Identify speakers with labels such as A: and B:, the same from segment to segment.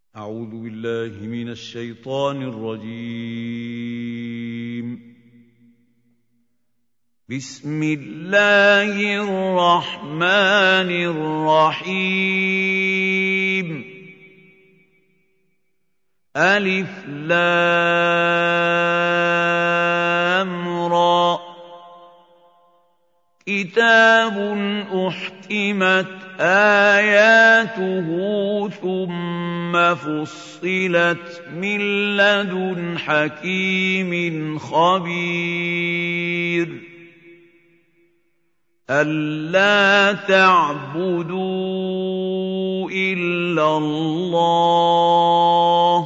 A: أعوذ بالله من الشيطان الرجيم. بسم الله الرحمن الرحيم. ألف لام را. كتاب أحكمت آياته ثم فصلت من لدن حكيم خبير. ألا تعبدوا إلا الله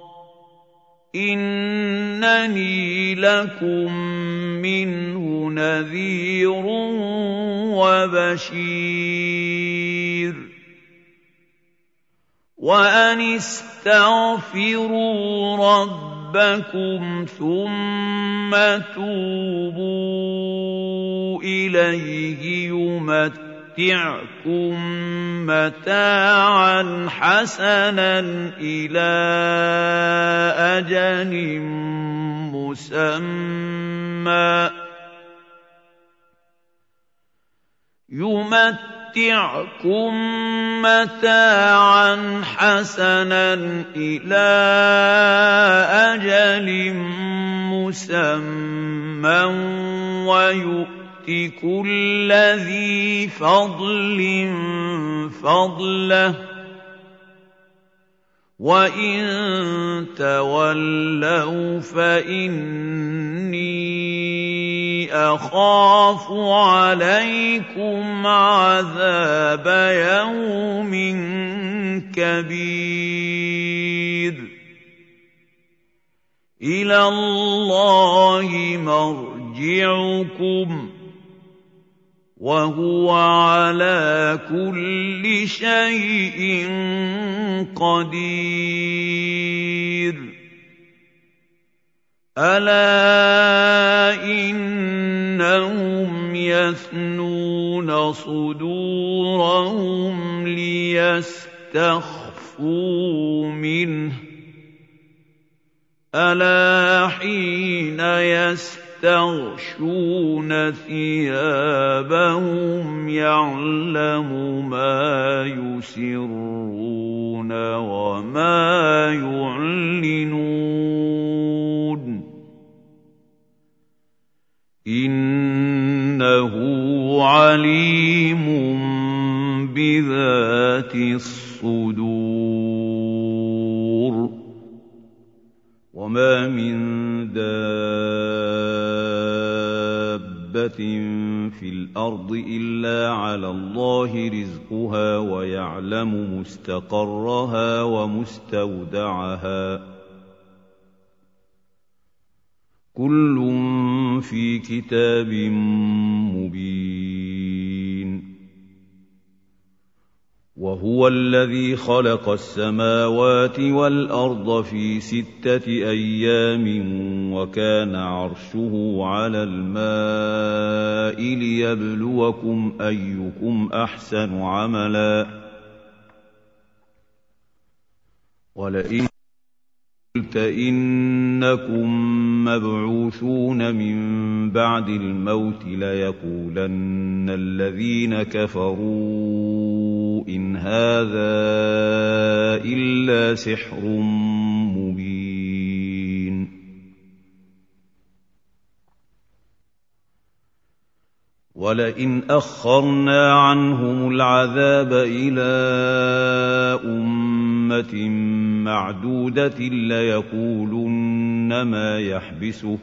A: إنني لكم منه نذير وبشير. وأن استغفروا ربكم ثم توبوا إليه يمتعكم متاعا حسنا إلى أجل مسمى ويؤت كل ذي فضل فضله. وإن تولوا فإني أخاف عليكم عذاب يوم كبير. إلى الله مرجعكم وهو على كل شيء قدير. ألا إنهم يثنون صدورهم ليستخفوا منه. ألا حين يستغشون ثيابهم يعلم ما يسرون وما يعلنون إنه عليم بذات الصدور. وما من دابة في الأرض إلا على الله رزقها ويعلم مستقرها ومستودعها كل في كتاب مبين. وهو الذي خلق السماوات والأرض في 6 أيام وكان عرشه على الماء ليبلوكم أيكم أحسن عملا. ولئن قلت إنكم مبعوثون من بعد الموت ليقولن الذين كفروا إن هذا إلا سحر مبين. ولئن أخرنا عنهم العذاب إلى أمة معدودة ليقولن ما يحبسه.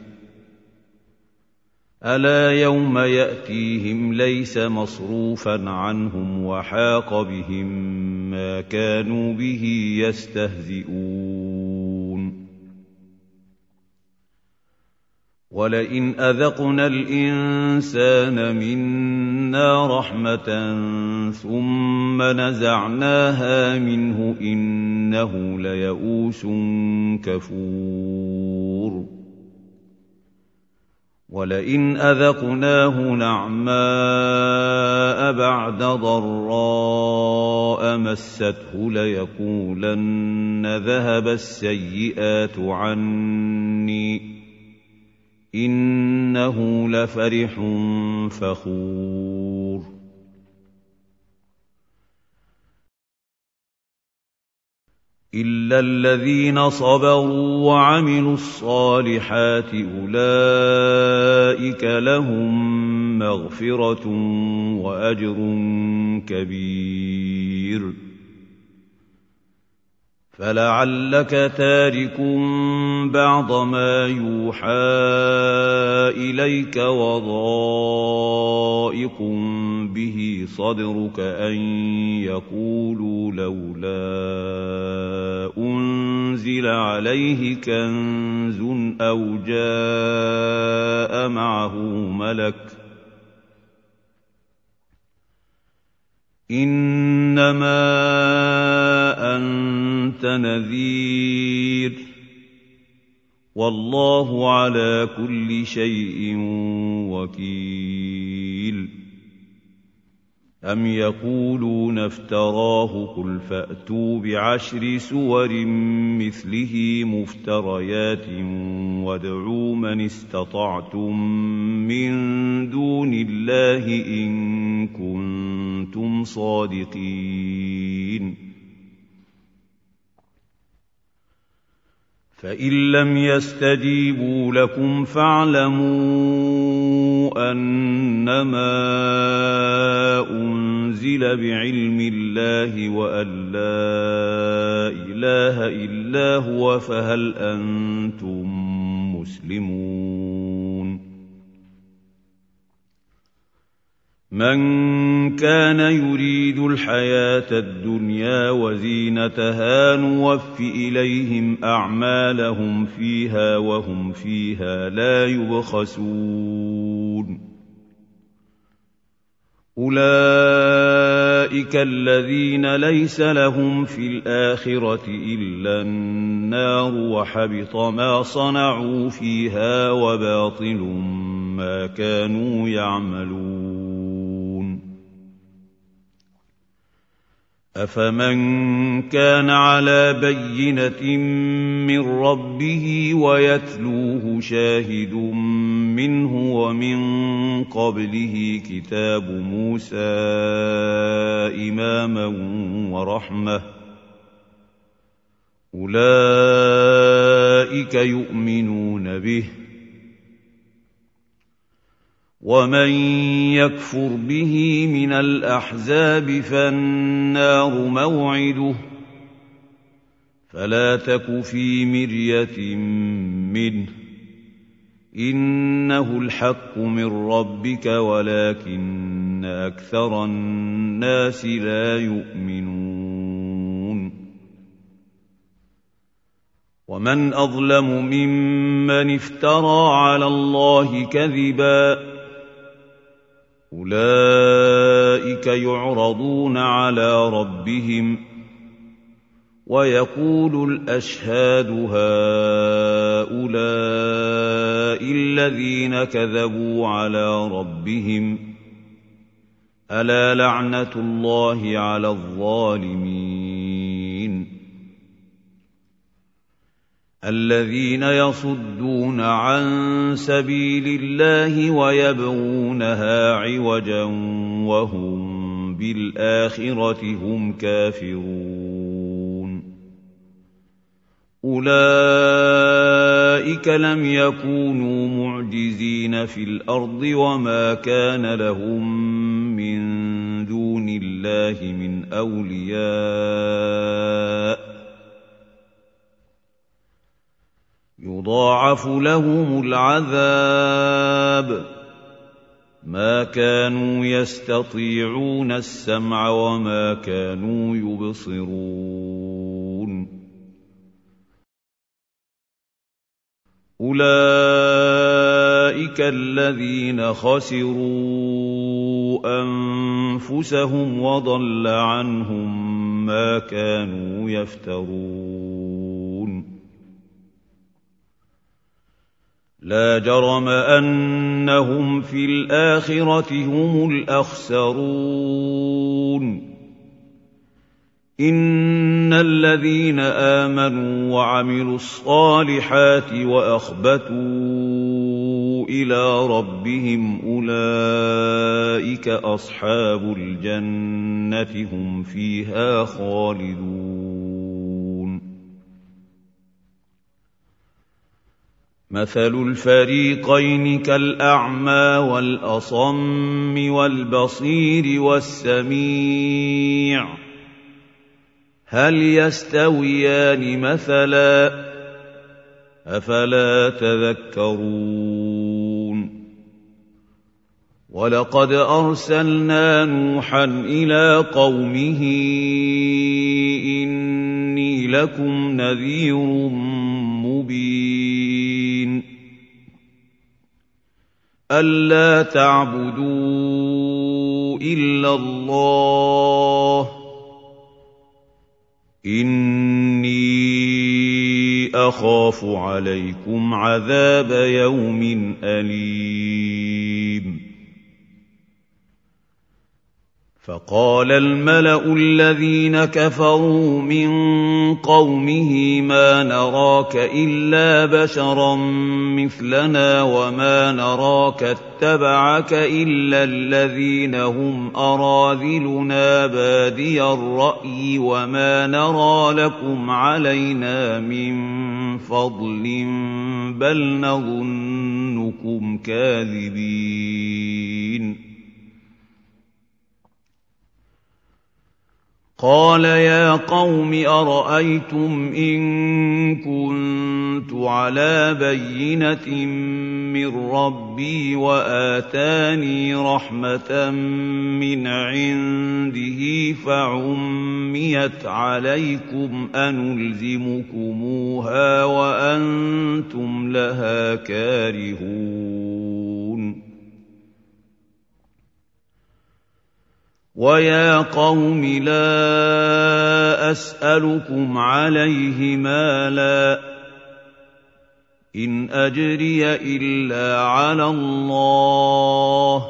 A: ألا يوم يأتيهم ليس مصروفا عنهم وحاق بهم ما كانوا به يستهزئون. ولئن أذقنا الإنسان منا رحمة ثم نزعناها منه إنه ليئوس كفور. وَلَئِنْ أَذَقْنَاهُ نَعْمَاءَ بَعْدَ ضَرَّاءَ مَسَّتْهُ لَيَقُولَنَّ ذَهَبَ السَّيِّئَاتُ عَنِّي ۚ إِنَّهُ لَفَرِحٌ فَخُورٌ إِلَّا الَّذِينَ صَبَرُوا وَعَمِلُوا الصَّالِحَاتِ أُولَٰئِكَ لَهُم مَّغْفِرَةٌ وَأَجْرٌ كَبِيرٌ فَلَعَلَّكَ تَارِكٌ بَعْضَ مَا يُوحَىٰ إِلَيْكَ وَضَائِقٌ بِهِ صَدْرُكَ أَن يَقُولُوا لَوْلَا أُنزِلَ عَلَيْهِ كَنزٌ أَوْ جَاءَ مَعَهُ مَلَكٌ ۚ إِنَّمَا أَنتَ نَذِيرٌ ۚ وَاللَّهُ عَلَىٰ كُلِّ شَيْءٍ وَكِيلٌ أَمْ يَقُولُونَ افْتَرَاهُ ۖ قُلْ فَأْتُوا بِعَشْرِ سُوَرٍ مِّثْلِهِ مُفْتَرَيَاتٍ وَادْعُوا مَنِ اسْتَطَعْتُم مِّن دُونِ اللَّهِ إِن كُنتُمْ صَادِقِينَ فَإِن لَّمْ يَسْتَجِيبُوا لَكُمْ فَاعْلَمُوا أَنَّمَا أُنزِلَ بِعِلْمِ اللَّهِ وَأَن لَّا إِلَٰهَ إِلَّا هُوَ فَهَلْ أَنتُم مُّسْلِمُونَ مَن كَانَ يُرِيدُ الْحَيَاةَ الدُّنْيَا وَزِينَتَهَا نُوَفِّ إِلَيْهِمْ أَعْمَالَهُمْ فِيهَا وَهُمْ فِيهَا لَا يُبْخَسُونَ أُولَٰئِكَ الَّذِينَ لَيْسَ لَهُمْ فِي الْآخِرَةِ إِلَّا النَّارُ وَحَبِطَ مَا صَنَعُوا فِيهَا وَبَاطِلٌ مَّا كَانُوا يَعْمَلُونَ أَفَمَن كَانَ عَلَىٰ بَيِّنَةٍ مِّن رَّبِّهِ وَيَتْلُوهُ شَاهِدٌ مِّنْهُ وَمِن قَبْلِهِ كِتَابُ مُوسَىٰ إِمَامًا وَرَحْمَةً ۚ أُولَٰئِكَ يُؤْمِنُونَ بِهِ ۚ وَمَن يَكْفُرْ بِهِ مِنَ الْأَحْزَابِ فَالنَّارُ مَوْعِدُهُ ۚ فَلَا تَكُ فِي مِرْيَةٍ مِّنْهُ ۚ إِنَّهُ الْحَقُّ مِن رَّبِّكَ وَلَٰكِنَّ أَكْثَرَ النَّاسِ لَا يُؤْمِنُونَ وَمَنْ أَظْلَمُ مِمَّنِ افْتَرَىٰ عَلَى اللَّهِ كَذِبًا ۚ أُولَٰئِكَ يُعْرَضُونَ عَلَىٰ رَبِّهِمْ وَيَقُولُ الْأَشْهَادُ هَٰؤُلَاءِ الَّذِينَ كَذَبُوا عَلَىٰ رَبِّهِمْ ۚ أَلَا لَعْنَةُ اللَّهِ عَلَى الظَّالِمِينَ الَّذِينَ يَصُدُّونَ عَن سَبِيلِ اللَّهِ وَيَبْغُونَهَا عِوَجًا وَهُم بِالْآخِرَةِ هُمْ كَافِرُونَ أُولَٰئِكَ لَمْ يَكُونُوا مُعْجِزِينَ فِي الْأَرْضِ وَمَا كَانَ لَهُم مِّن دُونِ اللَّهِ مِنْ أَوْلِيَاءَ ۘ يُضَاعَفُ لَهُمُ الْعَذَابُ ۚ مَا كَانُوا يَسْتَطِيعُونَ السَّمْعَ وَمَا كَانُوا يُبْصِرُونَ أُولَٰئِكَ الَّذِينَ خَسِرُوا أَنفُسَهُمْ وَضَلَّ عَنْهُم مَّا كَانُوا يَفْتَرُونَ لا جرم أنهم في الآخرة هم الأخسرون إن الذين آمنوا وعملوا الصالحات وأخبتوا إلى ربهم أولئك أصحاب الجنة هم فيها خالدون مثل الفريقين كالأعمى والأصم والبصير والسميع هل يستويان مثلا أفلا تذكرون ولقد أرسلنا نوحا إلى قومه إني لكم نذير مبين ألا تعبدوا إلا الله إني أخاف عليكم عذاب يوم أليم فقال الملأ الذين كفروا من قومه ما نراك إلا بشرا مثلنا وما نراك اتبعك إلا الذين هم أراذلنا بادي الرأي وما نرى لكم علينا من فضل بل نظنكم كاذبين قال يا قوم أرأيتم إن كنت على بينة من ربي وآتاني رحمة من عنده فعميت عليكم أنلزمكموها وأنتم لها كارهون ويا قوم لا أسألكم عليه مالا إن أجري إلا على الله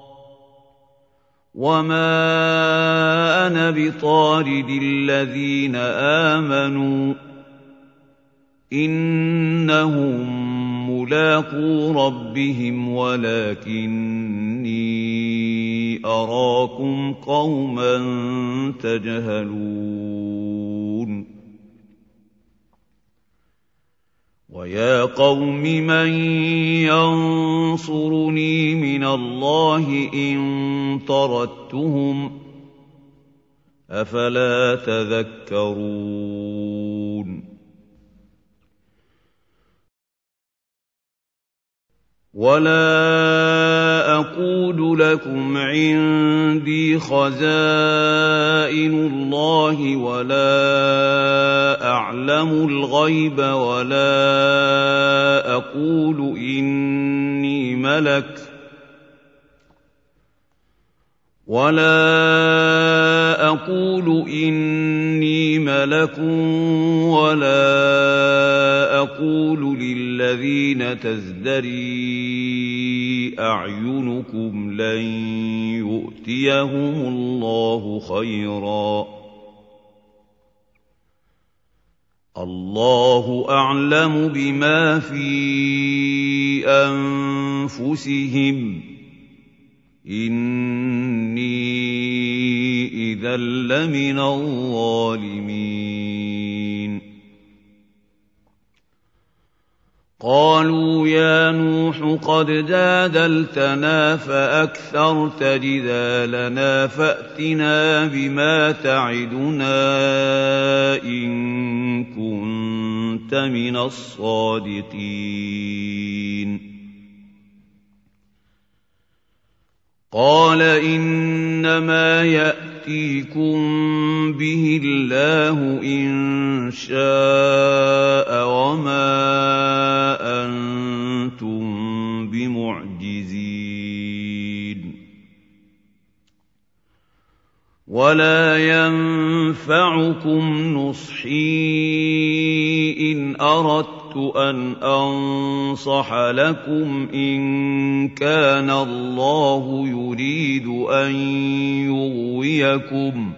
A: وما أنا بطارد الذين آمنوا إنهم ملاقو ربهم ولكني أراكم قوما تجهلون ويا قوم من ينصرني من الله إن طردتهم أفلا تذكرون ولا أقول لكم عندي خزائن الله ولا أعلم الغيب ولا أقول إني ملك ولا أقول للذين تزدري أعينكم لن يؤتيهم الله خيرا الله أعلم بما في أنفسهم إني إذا لمن الظالمين قالوا يا نوح قد جادلتنا فأكثرت جدالنا فأتنا بما تعدنا إن كنت من الصادقين قال إنما يأتيكم به الله إن شاء وما أنتم بمعجزين ولا ينفعكم نصحي إن أردت أن أنصح لكم إن كان الله يريد أن يغويكم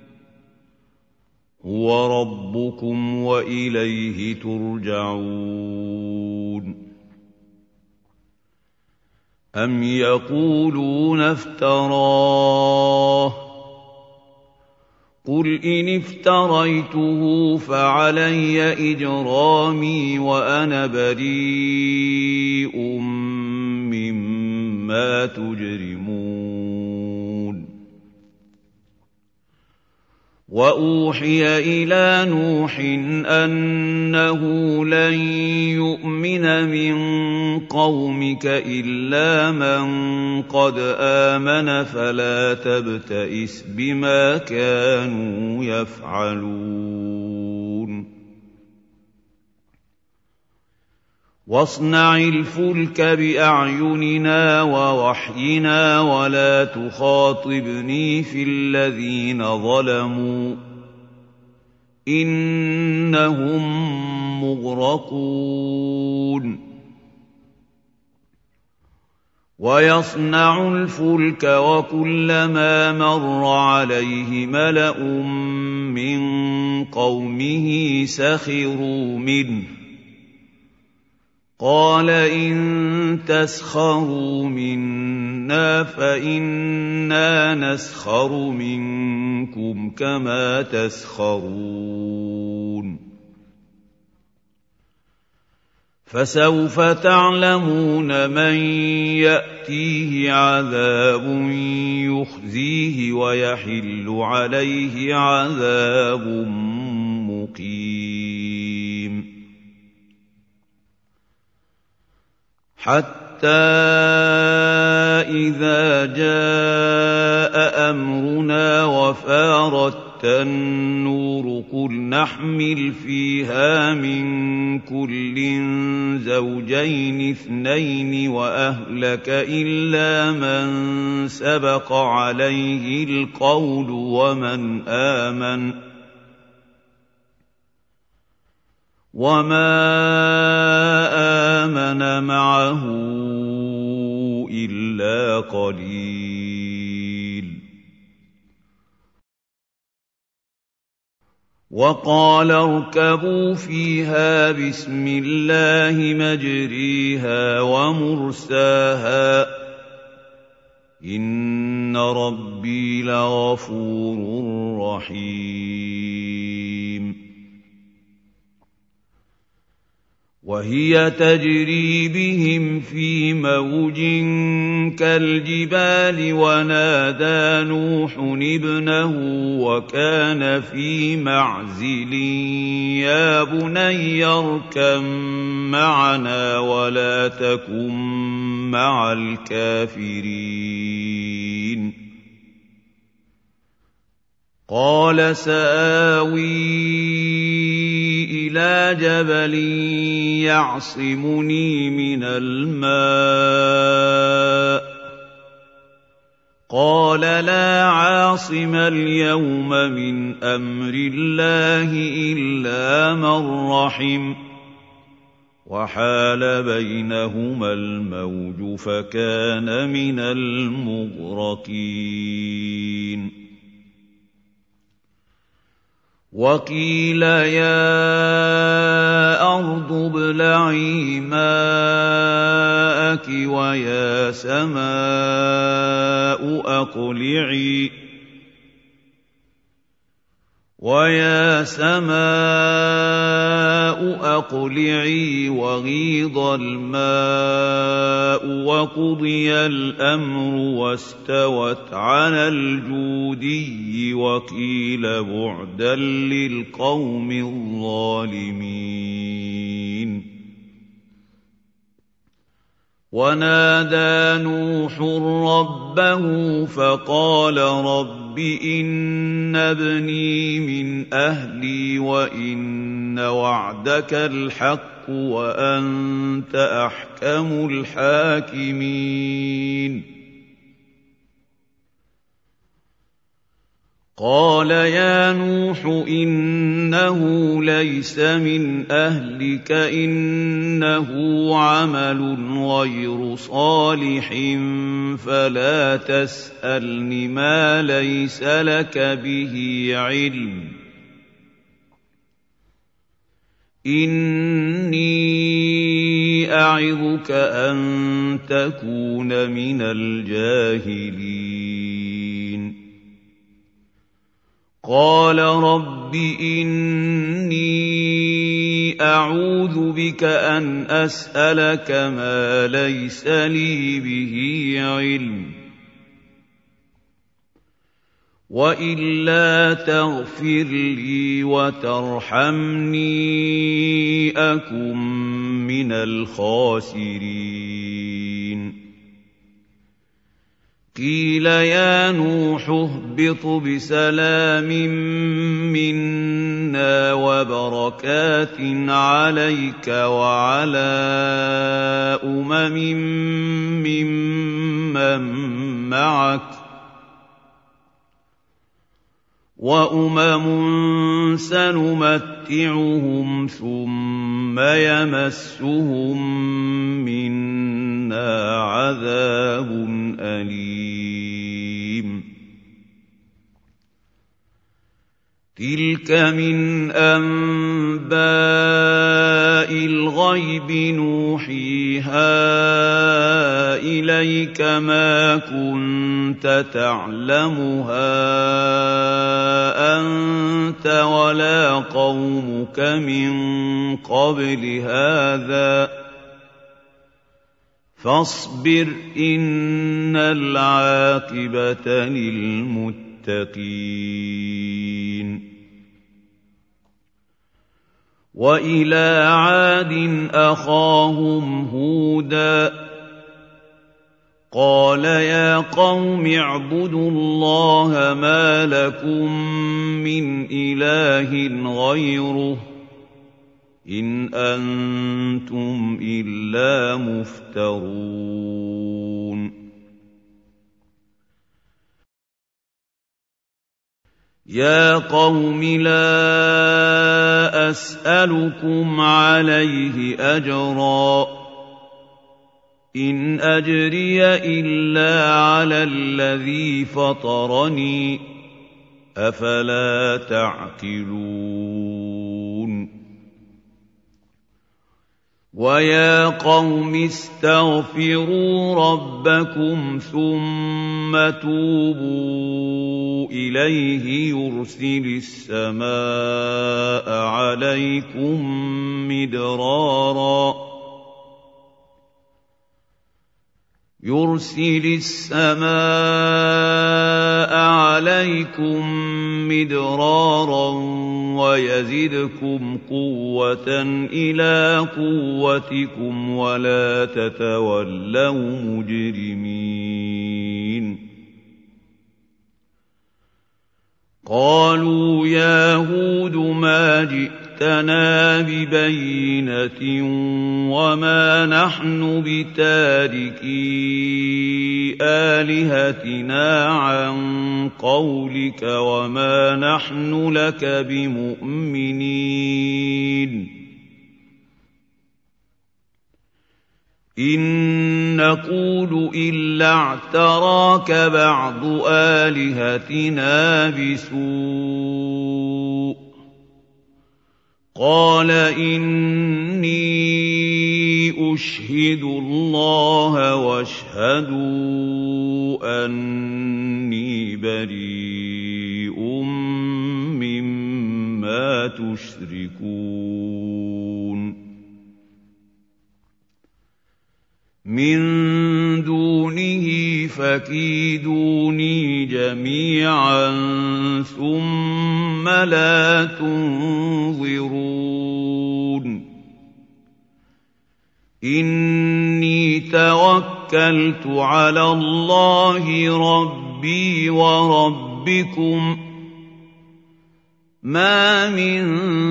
A: هو ربكم وإليه ترجعون أم يقولون افتراه قل إن افتريته فعلي إجرامي وأنا بريء مما تجرمون وأوحي إلى نوح أنه لن يؤمن من قومك إلا من قد آمن فلا تبتئس بما كانوا يفعلون واصنع الفلك بأعيننا ووحينا ولا تخاطبني في الذين ظلموا إنهم مغرقون ويصنع الفلك وكلما مر عليه ملأ من قومه سخروا منه قال إن تسخروا منا فإنا نسخر منكم كما تسخرون فسوف تعلمون من يأتيه عذاب يخزيه ويحل عليه عذاب مقيم حتى إذا جاء أمرنا وفارت النور قل نحمل فيها من كل زوجين اثنين وأهلك إلا من سبق عليه القول وما آمن معه إلا قليل وقال اركبوا فيها بسم الله مجريها ومرساها إن ربي لغفور رحيم وهي تجري بهم في موج كالجبال ونادى نوح ابنه وكان في معزل يا بني اركب معنا ولا تكن مع الكافرين قال سآوي إلى جبل يعصمني من الماء قال لا عاصم اليوم من أمر الله إلا من رحم وحال بينهما الموج فكان من المغرقين وقيل يا أرض ابلعي ماءك ويا سماء أقلعي وغيض الماء وقضي الأمر واستوت على الجودي وقيل بعدا للقوم الظالمين ونادى نوح ربه فقال رب إن ابني من أهلي وإن وعدك الحق وأنت أحكم الحاكمين قال يا نوح إنه ليس من أهلك إنه عمل غير صالح فلا تسألن ما ليس لك به علم إني أعظك أن تكون من الجاهلين قال رب إني أعوذ بك أن أسألك ما ليس لي به علم وإلا تغفر لي وترحمني أكن من الخاسرين قيل يا نوح اهبط بسلام منا وبركات عليك وعلى ممن معك وأمم سنمتعهم ثم يمسهم منا عذاب أليم تلك من أنباء الغيب نوحيها إليك ما كنت تعلمها أنت ولا قومك من قبل هذا فاصبر إن العاقبة للمتقين وإلى عاد أخاهم هودا قال يا قوم اعبدوا الله ما لكم من إله غيره إن أنتم إلا مفترون يا قوم لا أسألكم عليه أجرا إن أجري إلا على الذي فطرني أفلا تعقلون ويا قوم استغفروا ربكم ثم توبوا إليه يرسل السماء عليكم مدرارا ويزدكم قوة إلى قوتكم ولا تتولوا مجرمين قالوا يا هود ما جئتنا ببينة وما نحن بتاركي آلهتنا عن قولك وما نحن لك بمؤمنين إن نقول إلا اعتراك بعض آلهتنا بسوء قال إني أشهد الله واشهدوا أني بريء مما تشركون من دونه فكيدوني جميعا ثم لا تنظرون إني توكلت على الله ربي وربكم ما من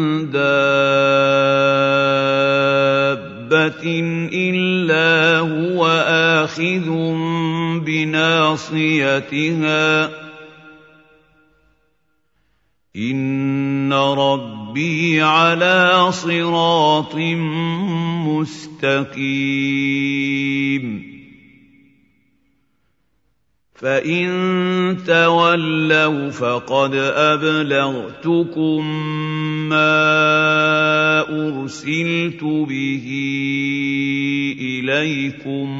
A: دابة إلا هو آخذ بناصيتها ربي على صراط مستقيم فإن تولوا فقد أبلغتكم ما أرسلت به إليكم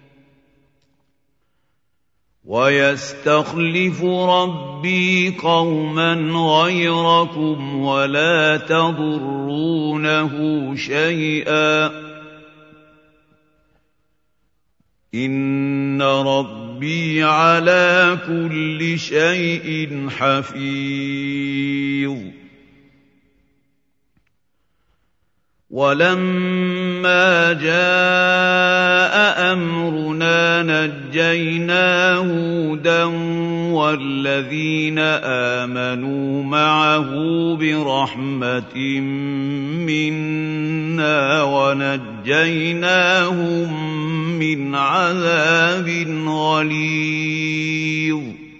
A: ويستخلف ربي قوما غيركم ولا تضرونه شيئا إن ربي على كل شيء حفيظ ولما جاء أمرنا نجينا هودا والذين آمنوا معه برحمة منا ونجيناهم من عذاب غليظ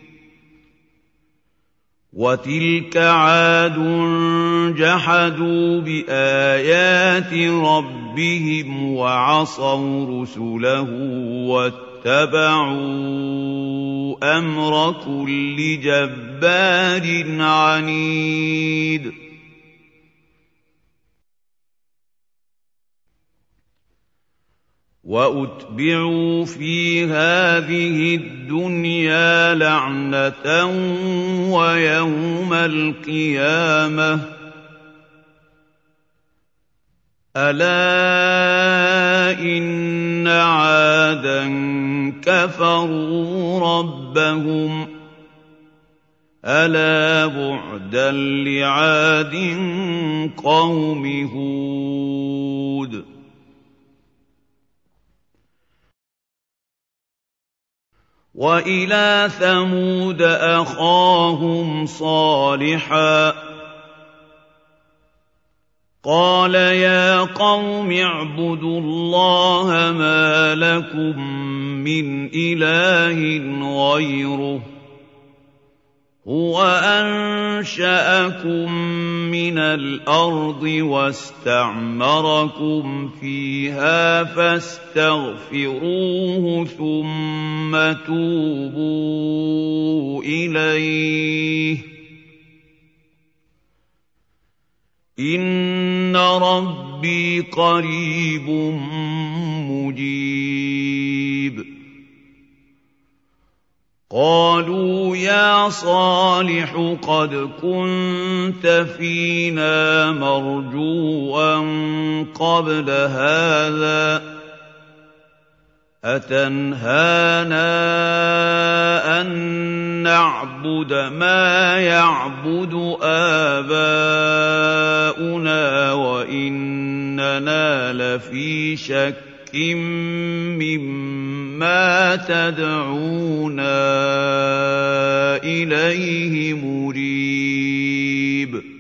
A: وتلك عاد جحدوا بآيات ربهم وعصوا رسله واتبعوا أمر كل جبار عنيد وأتبعوا في هذه الدنيا لعنة ويوم القيامة ألا إن عادا كفروا ربهم ألا بعدا لعاد قوم هود وإلى ثمود أخاهم صالحا قال يا قوم اعبدوا الله ما لكم من إله غيره هو أنشأكم من الأرض واستعمركم فيها فاستغفروه ثم توبوا إليه إن ربي قريب مجيب قالوا يا صالح قد كنت فينا مرجوا قبل هذا أتنهانا أن نعبد ما يعبد آباؤنا وإننا لفي شك مما تدعونا إليه مريب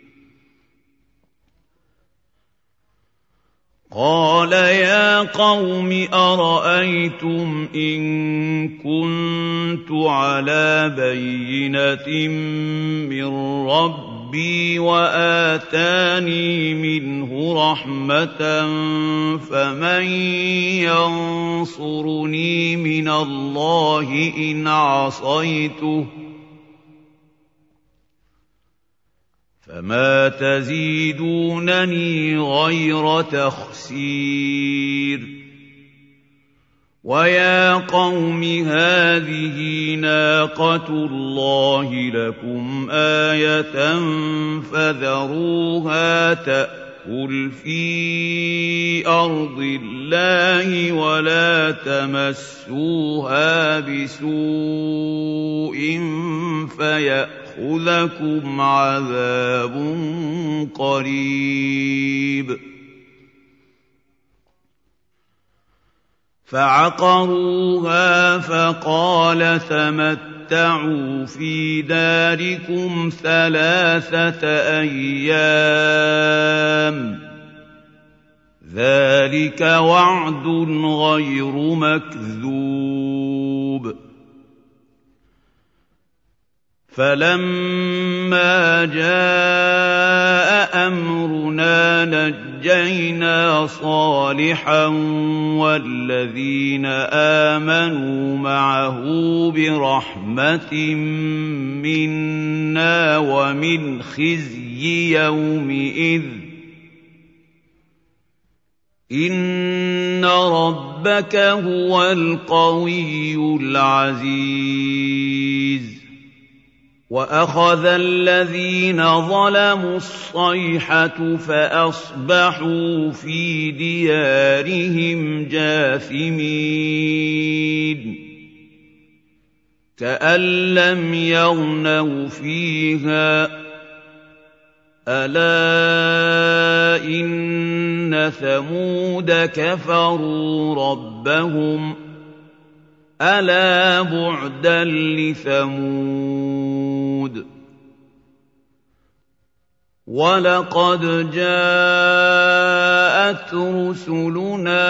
A: قال يا قوم أرأيتم إن كنت على بينة من ربي وآتاني منه رحمة فمن ينصرني من الله إن عصيته فما تزيدونني غير تخسير ويا قوم هذه ناقة الله لكم آية فذروها تأكل في أرض الله ولا تمسوها بسوء فيأخذكم عذاب قريب فعقروها فقال تمتعوا في داركم 3 أيام ذلك وعد غير مكذوب فَلَمَّا جَاءَ أَمْرُنَا نَجَّيْنَا صَالِحًا وَالَّذِينَ آمَنُوا مَعَهُ بِرَحْمَةٍ مِّنَّا وَمِنْ خِزْيِ يَوْمِئِذٍ ۗ إِنَّ رَبَّكَ هُوَ الْقَوِيُّ الْعَزِيزُ. وَأَخَذَ الَّذِينَ ظَلَمُوا الصَّيْحَةُ فَأَصْبَحُوا فِي دِيَارِهِمْ جَاثِمِينَ كَأَن لَّمْ يَغْنَوْا فِيهَا ۗ أَلَا إِنَّ ثَمُودَ كَفَرُوا رَبَّهُمْ ۗ أَلَا بُعْدًا لِّثَمُودَ. وَلَقَدْ جَاءَتْ رُسُلُنَا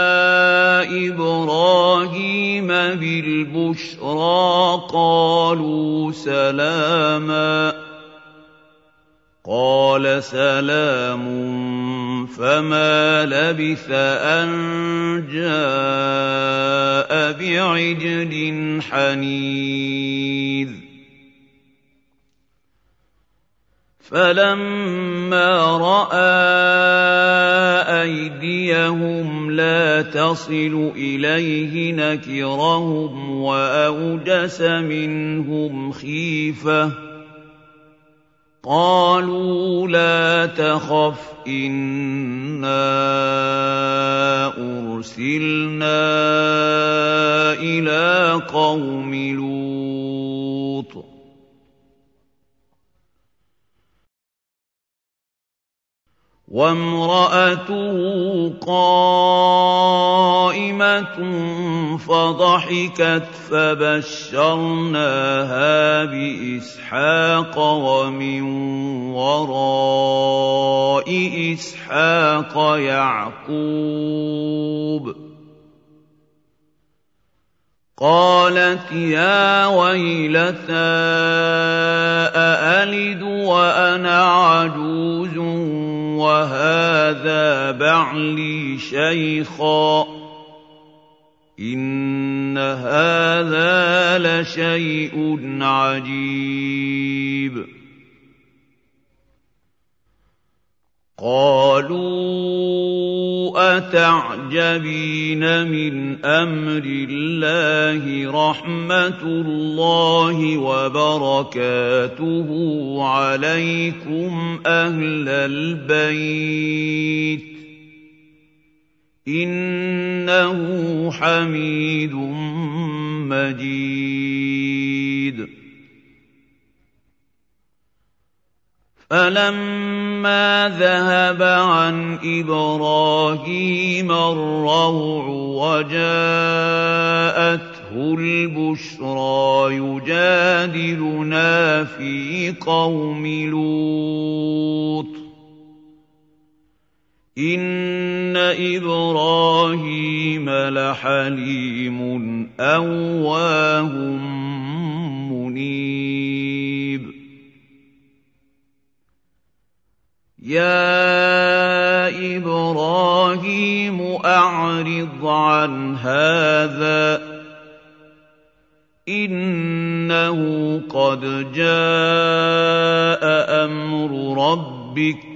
A: إِبْرَاهِيمَ بِالْبُشْرَىٰ قَالُوا سَلَامًا، قَالَ سَلَامٌ فَمَا لَبِثَ أَن جَاءَ بِعِجْلٍ حَنِيذٍ. فَلَمَّا رَأَىٰ أَيْدِيَهُمْ لَا تَصِلُ إِلَيْهِ نَكِرَهُمْ وَأَوْجَسَ مِنْهُمْ خِيفَةً ۚ قَالُوا لَا تَخَفْ إِنَّا أُرْسِلْنَا إِلَىٰ قَوْمِ لُوطٍ. وَامْرَأَتُهُ قَائِمَةٌ فَضَحِكَتْ فَبَشَّرْنَاهَا بِإِسْحَاقَ وَمِن وَرَاءِ إِسْحَاقَ يَعْقُوبَ. قَالَتْ يَا وَيْلَتَىٰ أَأَلِدُ وَأَنَا عَجُوزٌ وَهَٰذَا بَعْلِي شَيْخًا ۖ إِنَّ هَٰذَا لَشَيْءٌ عَجِيبٌ. قَالُوا أَتَعْجَبِينَ مِنْ أَمْرِ اللَّهِ ۖ رَحْمَتُ اللَّهِ وَبَرَكَاتُهُ عَلَيْكُمْ أَهْلَ الْبَيْتِ ۚ إِنَّهُ حَمِيدٌ مَّجِيدٌ. فَلَمَّا ذَهَبَ عَنْ إِبْرَاهِيمَ الرَّوْعُ وَجَاءَتْهُ الْبُشْرَىٰ يُجَادِلُنَا فِي قَوْمِ لُوطٍ، إِنَّ إِبْرَاهِيمَ لَحَلِيمٌ أَوَّاهٌ مُّنِيبٌ. يَا إِبْرَاهِيمُ أَعْرِضْ عَنْ هَٰذَا ۖ إِنَّهُ قَدْ جَاءَ أَمْرُ رَبِّكَ ۖ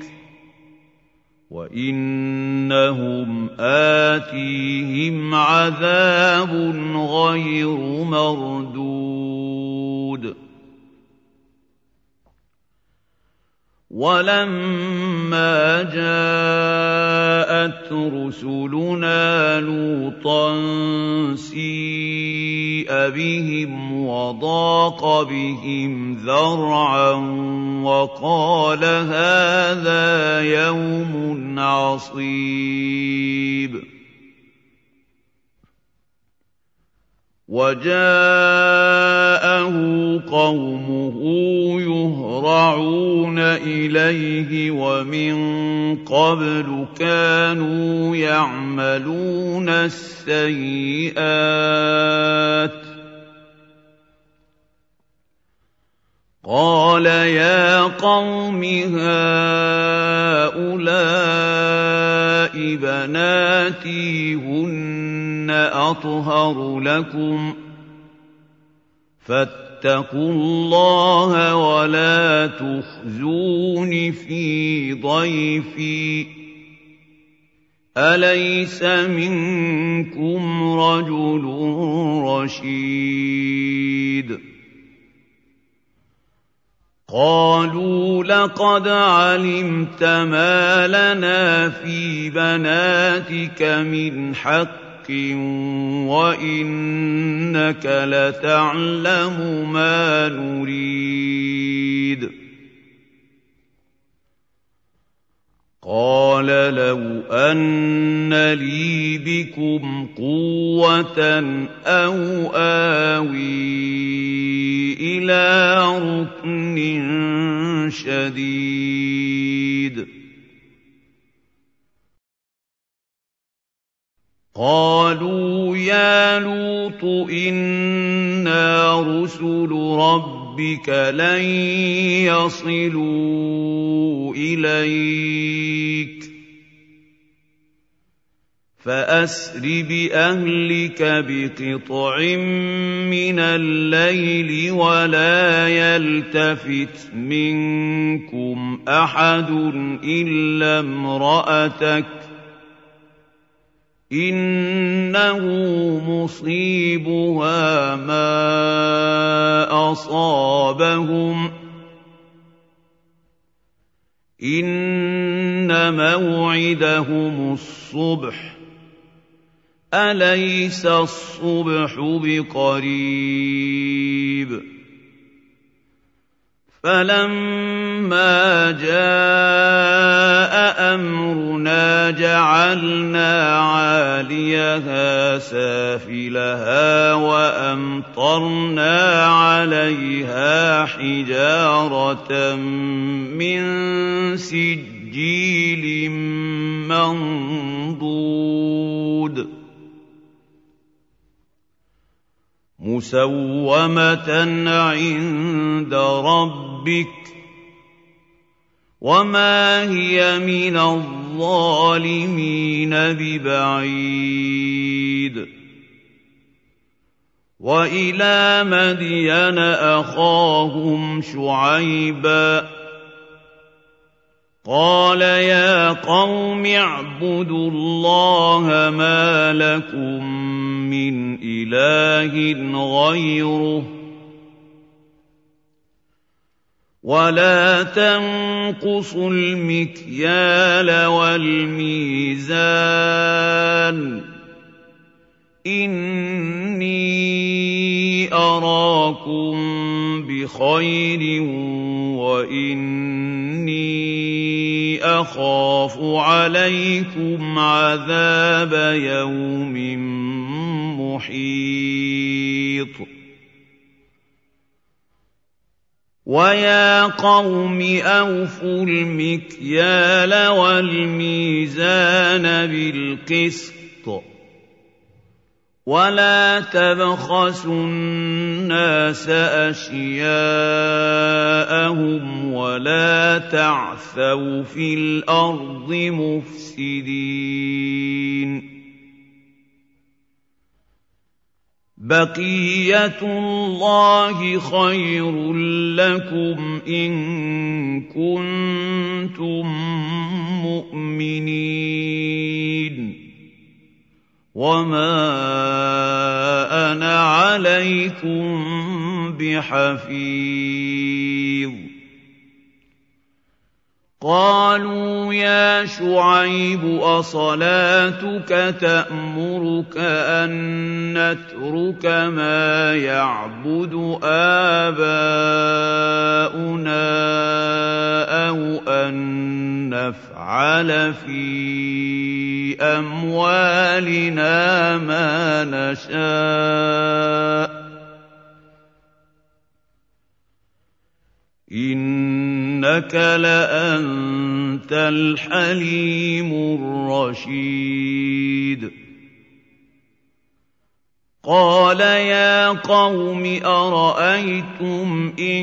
A: وَإِنَّهُمْ آتِيهِمْ عَذَابٌ غَيْرُ مَرْدُودٍ. وَلَمَّا جَاءَتْ رُسُلُنَا لُوطًا سِيءَ بِهِمْ وَضَاقَ بِهِمْ ذَرْعًا وَقَالَ هَٰذَا يَوْمٌ عَصِيبٌ. وَجَاءَهُ قَوْمُهُ يُهْرَعُونَ إِلَيْهِ وَمِن قَبْلُ كَانُوا يَعْمَلُونَ السَّيِّئَاتِ قَالَ يَا قَوْمِ هَٰؤُلَاءِ بَنَاتِي هُنَّ أَطْهَرُ لَكُمْ ۖ فَاتَّقُوا اللَّهَ وَلَا تُخْزُونِ فِي ضَيْفِي ۖ أَلَيْسَ مِنكُمْ رَجُلٌ رَّشِيدٌ قَالُوا لَقَدْ عَلِمْتَ مَا لَنَا فِي بَنَاتِكَ مِنْ حَقٍّ وَإِنَّكَ لَتَعْلَمُ مَا نُرِيدُ قَالَ لَوْ أَنَّ لِي بِكُمْ قُوَّةً أَوْ آوِي إِلَىٰ رُكْنٍ شَدِيدٍ قَالُوا يَا لُوطُ إِنَّا رُسُلُ رَبِّكَ لَن يَصِلُوا إِلَيْكَ فَأَسْرِ بِأَهْلِكَ بِقِطْعٍ مِّنَ اللَّيْلِ وَلَا يَلْتَفِتْ مِنكُمْ أَحَدٌ إِلَّا امْرَأَتَكَ ۖ إِنَّهُ مُصِيبُهَا مَا أَصَابَهُمْ ۚ إِنَّ مَوْعِدَهُمُ الصُّبْحُ ۚ أَلَيْسَ الصُّبْحُ بِقَرِيبٍ فَلَمَّا جَاءَ أَمْرُنَا جَعَلْنَا عَالِيَهَا سَافِلَهَا وَأَمْطَرْنَا عَلَيْهَا حِجَارَةً مِّن سِجِّيلٍ مَّنضُودٍ مُّسَوَّمَةً عِندَ رَبِّكَ ۖ وَمَا هِيَ مِنَ الظَّالِمِينَ بِبَعِيدٍ وَإِلَىٰ مَدْيَنَ أَخَاهُمْ شُعَيْبًا ۗ قَالَ يَا قَوْمِ اعْبُدُوا اللَّهَ مَا لَكُم مِّنْ إِلَٰهٍ غَيْرُهُ وَلَا تَنقُصُوا الْمِكْيَالَ وَالْمِيزَانَ ۚ إِنِّي أَرَاكُم بِخَيْرٍ وَإِنِّي أَخَافُ عَلَيْكُمْ عَذَابَ يَوْمٍ مُّحِيطٍ وَيَا قَوْمِ أَوْفُوا الْمِكْيَالَ وَالْمِيزَانَ بِالْقِسْطِ وَلَا تَبْخَسُوا النَّاسَ أَشْيَاءَهُمْ وَلَا تَعْثَوْا فِي الْأَرْضِ مُفْسِدِينَ بَقِيَّتُ اللَّهِ خَيْرٌ لَّكُمْ إِن كُنتُم مُّؤْمِنِينَ وَمَا أَنَا عَلَيْكُم بِحَفِيظٍ قَالُوا يَا شُعَيْبُ أَصَلَاتُكَ تَأْمُرُكَ أَن نَّتْرُكَ مَا يَعْبُدُ آبَاؤُنَا أَوْ أَن نَّفْعَلَ فِي أَمْوَالِنَا مَا نَشَاءُ ۖ إِنَّكَ لَأَنتَ الْحَلِيمُ الرَّشِيدُ قال يا قوم أرأيتم إن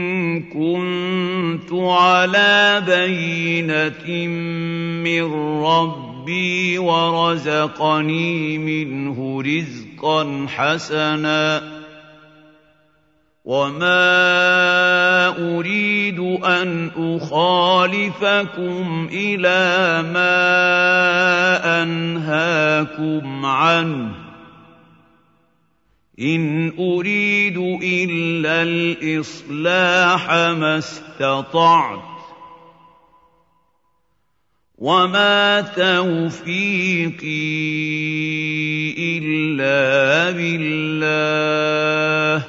A: كنت على بينة من ربي ورزقني منه رزقا حسنا وما أريد أن أخالفكم إلى ما أنهاكم عنه إن أريد إلا الإصلاح ما استطعت وما توفيقي إلا بالله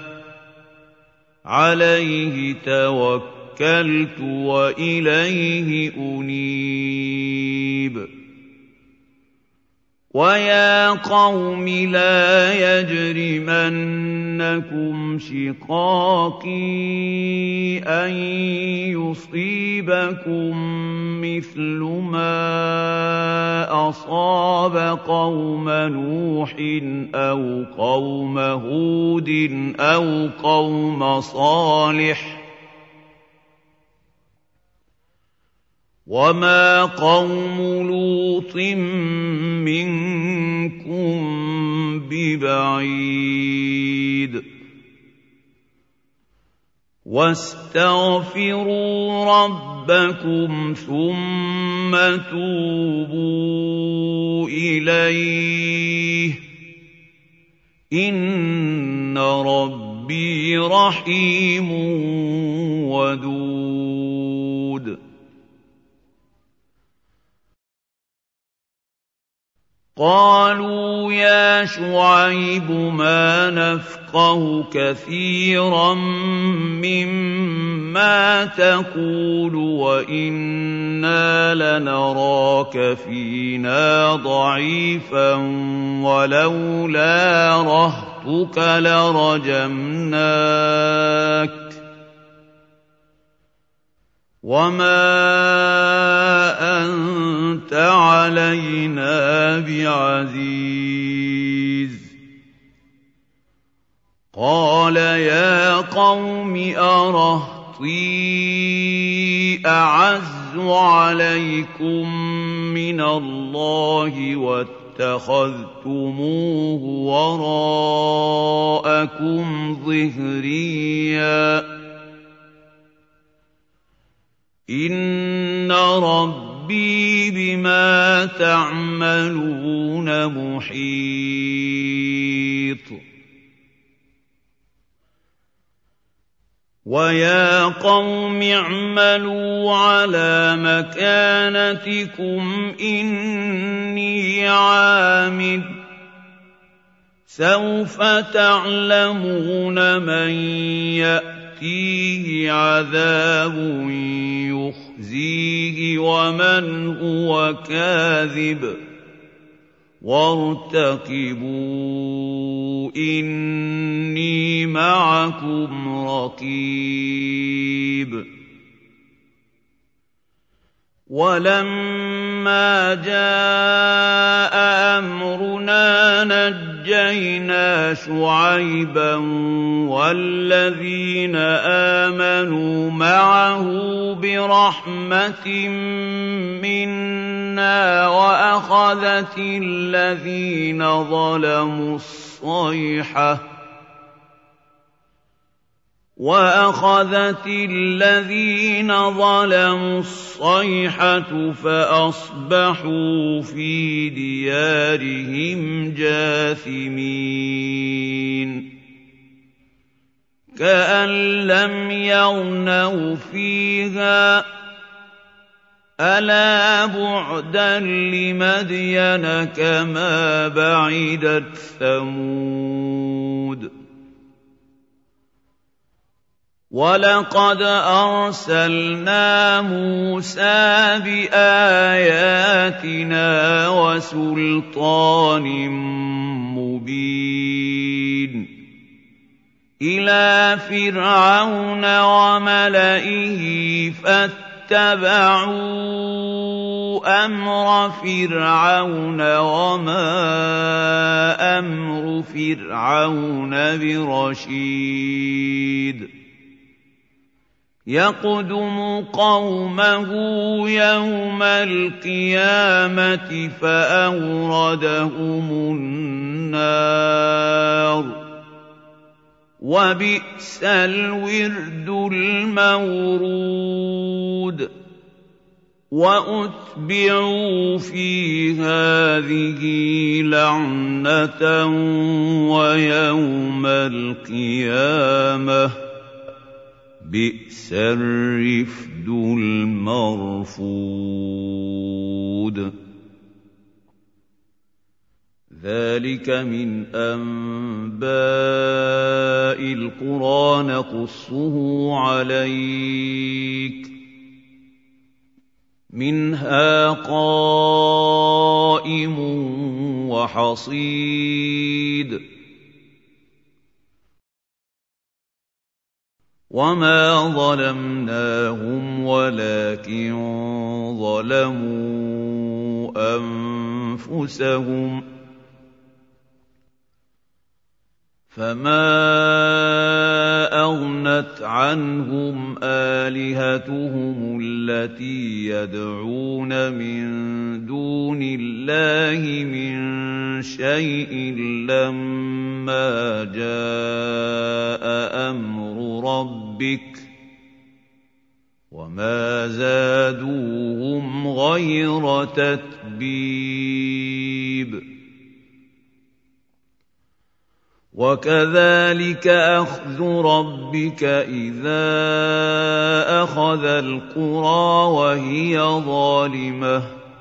A: عليه توكلت وإليه أنيب ويا قوم لا يجرمنكم شقاقي أن يصيبكم مثل ما أصاب قوم نوح أو قوم هود أو قوم صالح وما قوم لوط منكم ببعيد واستغفروا ربكم ثم توبوا إليه إن ربي رحيم ودود قالوا يا شعيب ما نفقه كثيرا مما تقول وإنا لنراك فينا ضعيفا ولولا رهطك لرجمناك وما أنت علينا بعزيز قال يا قوم أرهطي أعز عليكم من الله واتخذتموه وراءكم ظهريا إن ربي بما تعملون محيط ويا قوم اعملوا على مكانتكم إني عامل سوف تعلمون من يأتيه عذاب يخزيه ومن هو كاذب وارتقبوا إني معكم رقيب ولما جاء أمرنا نجينا شعيبا والذين آمنوا معه برحمة منا وأخذت الذين ظلموا الصيحة فأصبحوا في ديارهم جاثمين كأن لم يغنوا فيها ألا بعدا لمدين كما بعدت ثمود وَلَقَدْ أَرْسَلْنَا مُوسَىٰ بِآيَاتِنَا وَسُلْطَانٍ مُّبِينٍ إِلَىٰ فِرْعَوْنَ وَمَلَئِهِ اتَّبَعُوا أَمْرَ فِرْعَوْنَ وَمَا أَمْرُ فِرْعَوْنَ بِرَشِيدٍ يَقْدُمُ قَوْمَهُ يَوْمَ الْقِيَامَةِ فَأَوْرَدَهُمُ النَّارَ وَبِئْسَ الْوِرْدُ الْمَوْرُودُ وَأُتْبِعُوا فِي هَٰذِهِ لَعْنَةً وَيَوْمَ الْقِيَامَةِ ۚ بِئْسَ الرِّفْدُ الْمَرْفُودُ ذَٰلِكَ مِنْ أَنبَاءِ الْقُرَىٰ نَقُصُّهُ عَلَيْكَ ۖ مِنْهَا قَائِمٌ وَحَصِيدٌ وَمَا ظَلَمْنَاهُمْ وَلَٰكِن ظَلَمُوا أَنفُسَهُمْ ۖ فَمَا أَغْنَتْ عَنْهُمْ آلِهَتُهُمُ الَّتِي يَدْعُونَ مِن دُونِ اللَّهِ مِن شَيْءٍ لَّمَّا جَاءَ أَمْرُ رَبِّكَ ۖ وَمَا زَادُوهُمْ غَيْرَ تَتْبِيبٍ وَكَذَٰلِكَ أَخْذُ رَبِّكَ إِذَا أَخَذَ الْقُرَىٰ وَهِيَ ظَالِمَةٌ ۚ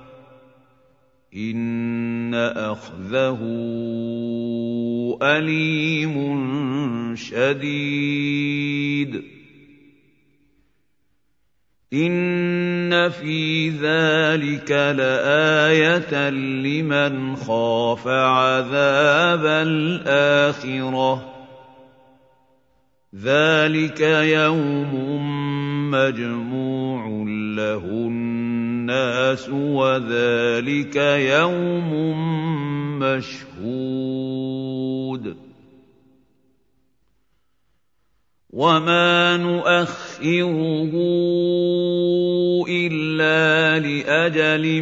A: إِنَّ أَخْذَهُ أَلِيمٌ شَدِيدٌ إِنَّ فِي ذَٰلِكَ لَآيَةً لِّمَنْ خَافَ عَذَابَ الْآخِرَةِ ۚ ذَٰلِكَ يَوْمٌ مَّجْمُوعٌ لَّهُ النَّاسُ وَذَٰلِكَ يَوْمٌ مَّشْهُودٌ وَمَا نُؤَخِّرُهُ إِلَّا لِأَجَلٍ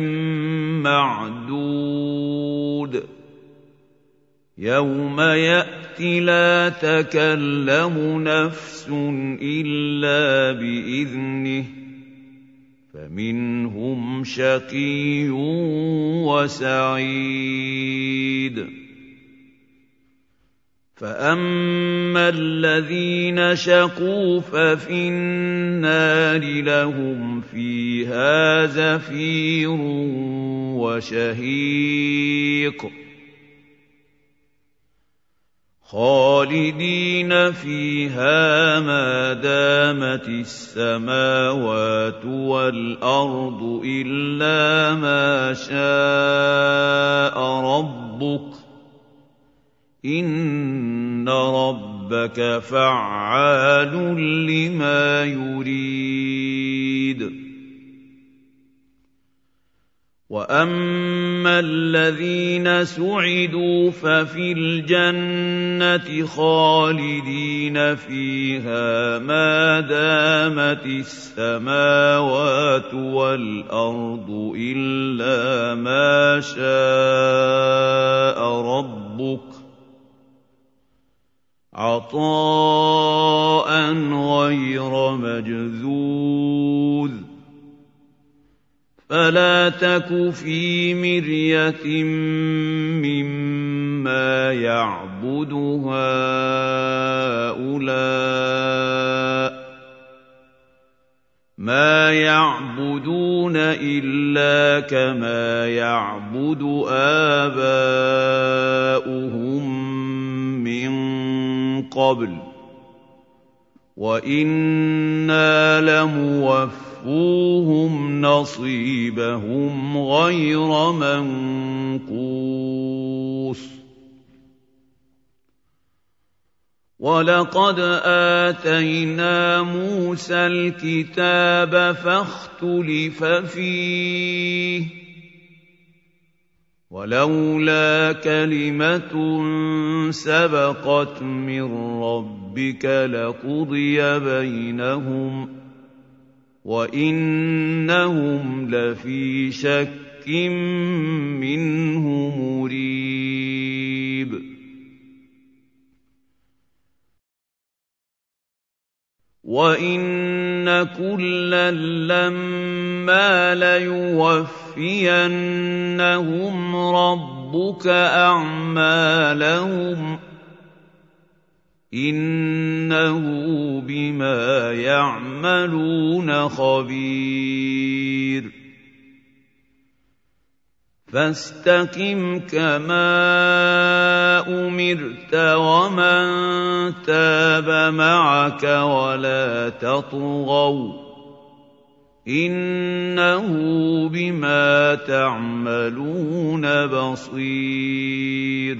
A: مَّعْدُودٍ يَوْمَ يَأْتِ لَا تَكَلَّمُ نَفْسٌ إِلَّا بِإِذْنِهِ ۚ فَمِنْهُمْ شَقِيٌّ وَسَعِيدٌ فَأَمَّا الَّذِينَ شَقُوا فَفِي النَّارِ لَهُمْ فِيهَا زَفِيرٌ وَشَهِيقٌ خَالِدِينَ فِيهَا مَا دَامَتِ السَّمَاوَاتُ وَالْأَرْضُ إِلَّا مَا شَاءَ رَبُّكَ ۚ إِنَّ رَبَّكَ فَعَّالٌ لِّمَا يُرِيدُ وَأَمَّا الَّذِينَ سُعِدُوا فَفِي الْجَنَّةِ خَالِدِينَ فِيهَا مَا دَامَتِ السَّمَاوَاتُ وَالْأَرْضُ إِلَّا مَا شَاءَ رَبُّكَ ۚ عَطَاءً غَيْرَ مَجْذُوذٍ فَلَا تَكُ فِي مِرْيَةٍ مِّمَّا يَعْبُدُ هَٰؤُلَاءِ ۚ مَا يَعْبُدُونَ إِلَّا كَمَا يَعْبُدُ آبَاؤُهُم مِّن قَبْلُ ۚ وَإِنَّا لَمُوَفُّوهُمْ نَصِيبَهُمْ غَيْرَ مَنقُوصٍ وَلَقَدْ آتَيْنَا مُوسَى الْكِتَابَ فَاخْتُلِفَ فِيهِ ۚ وَلَوْلَا كَلِمَةٌ سَبَقَتْ مِن رَّبِّكَ لَقُضِيَ بَيْنَهُمْ ۚ وَإِنَّهُمْ لَفِي شَكٍّ مِّنْهُ مُرِيبٍ وَإِنَّ كُلًّا لَّمَّا لَيُوَفِّيَنَّهُمْ رَبُّكَ أَعْمَالَهُمْ ۚ إِنَّهُ بِمَا يَعْمَلُونَ خَبِيرٌ فَاسْتَقِمْ كَمَا أُمِرْتَ وَمَن تَابَ مَعَكَ وَلَا تَطْغَوْا ۚ إِنَّهُ بِمَا تَعْمَلُونَ بَصِيرٌ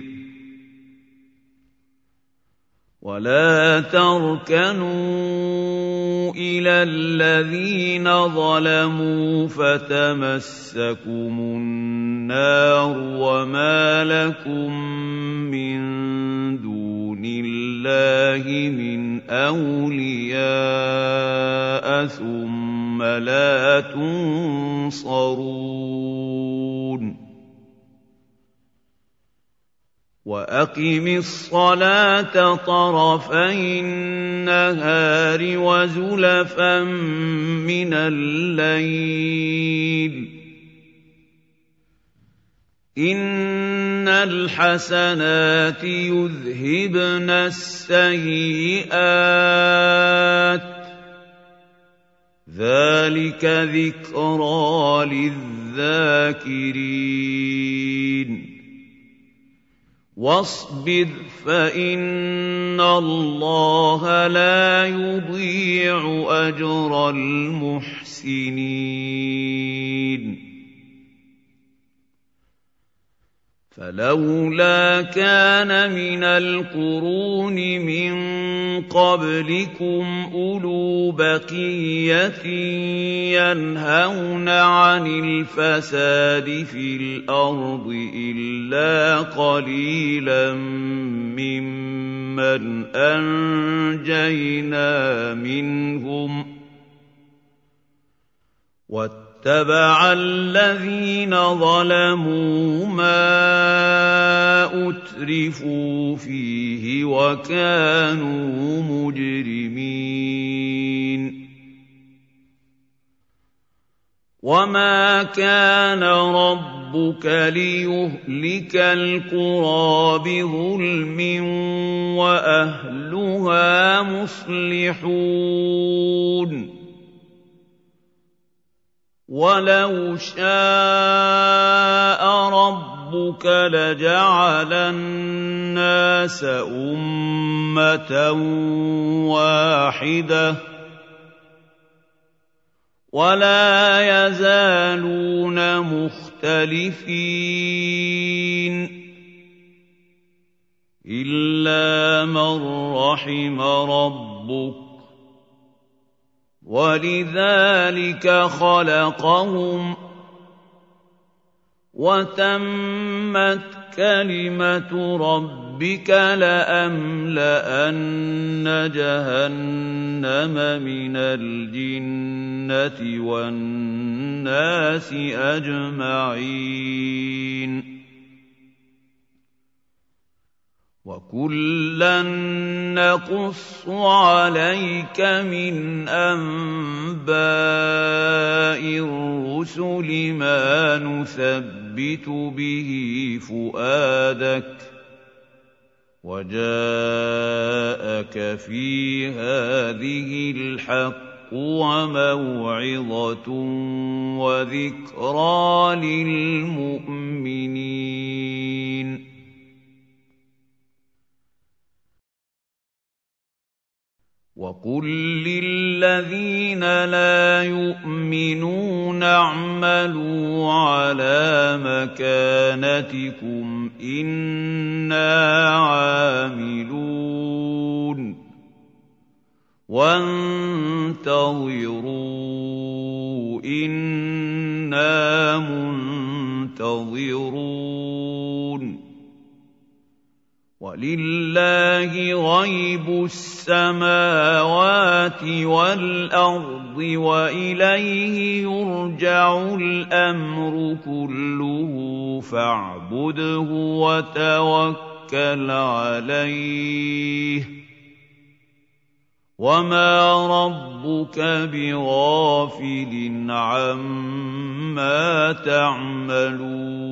A: وَلَا تَرْكَنُوا إِلَى الَّذِينَ ظَلَمُوا فَتَمَسَّكُمُ النَّارُ وَمَا لَكُم مِّن دُونِ اللَّهِ مِنْ أَوْلِيَاءَ ثُمَّ لَا تُنصَرُونَ وَأَقِمِ الصَّلَاةَ طَرَفَيِ النَّهَارِ وَزُلَفًا مِّنَ اللَّيْلِ ۚ إِنَّ الْحَسَنَاتِ يُذْهِبْنَ السَّيِّئَاتِ ۚ ذَٰلِكَ ذِكْرَىٰ لِلذَّاكِرِينَ وَاصْبِرْ فَإِنَّ اللَّهَ لَا يُضِيعُ أَجْرَ الْمُحْسِنِينَ فَلَوْلَا كَانَ مِنَ الْقُرُونِ مِن قَبْلِكُمْ أُولُو بَقِيَّةٍ يَنْهَوْنَ عَنِ الْفَسَادِ فِي الْأَرْضِ إِلَّا قَلِيلًا مِّمَّنْ أَنجَيْنَا مِنْهُمْ ۗ وَاتَّبَعَ الَّذِينَ ظَلَمُوا مَا أُتْرِفُوا فِيهِ وَكَانُوا مُجْرِمِينَ وَمَا كَانَ رَبُّكَ لِيُهْلِكَ الْقُرَىٰ بِظُلْمٍ وَأَهْلُهَا مُصْلِحُونَ وَلَوْ شَاءَ رَبُّكَ لَجَعَلَ النَّاسَ أُمَّةً وَاحِدَةً وَلَا يَزَالُونَ مُخْتَلِفِينَ إِلَّا مَن رَّحِمَ رَبُّكَ ۚ وَلِذَٰلِكَ خَلَقَهُمْ ۗ وَتَمَّتْ كَلِمَةُ رَبِّكَ لَأَمْلَأَنَّ جَهَنَّمَ مِنَ الْجِنَّةِ وَالنَّاسِ أَجْمَعِينَ وَكُلًّا نَّقُصُّ عَلَيْكَ مِنْ أَنبَاءِ الرُّسُلِ مَا نُثَبِّتُ بِهِ فُؤَادَكَ ۖ وَجَاءَكَ فِي هَٰذِهِ الْحَقُّ وَمَوْعِظَةٌ وَذِكْرَىٰ لِلْمُؤْمِنِينَ وَقُل لِّلَّذِينَ لَا يُؤْمِنُونَ اعْمَلُوا عَلَىٰ مَكَانَتِكُمْ إِنَّا عَامِلُونَ وَانتَظِرُوا إِنَّا مُنتَظِرُونَ وَلِلَّهِ غَيْبُ السَّمَاوَاتِ وَالْأَرْضِ وَإِلَيْهِ يُرْجَعُ الْأَمْرُ كُلُّهُ فَاعْبُدْهُ وَتَوَكَّلْ عَلَيْهِ ۚ وَمَا رَبُّكَ بِغَافِلٍ عَمَّا تَعْمَلُونَ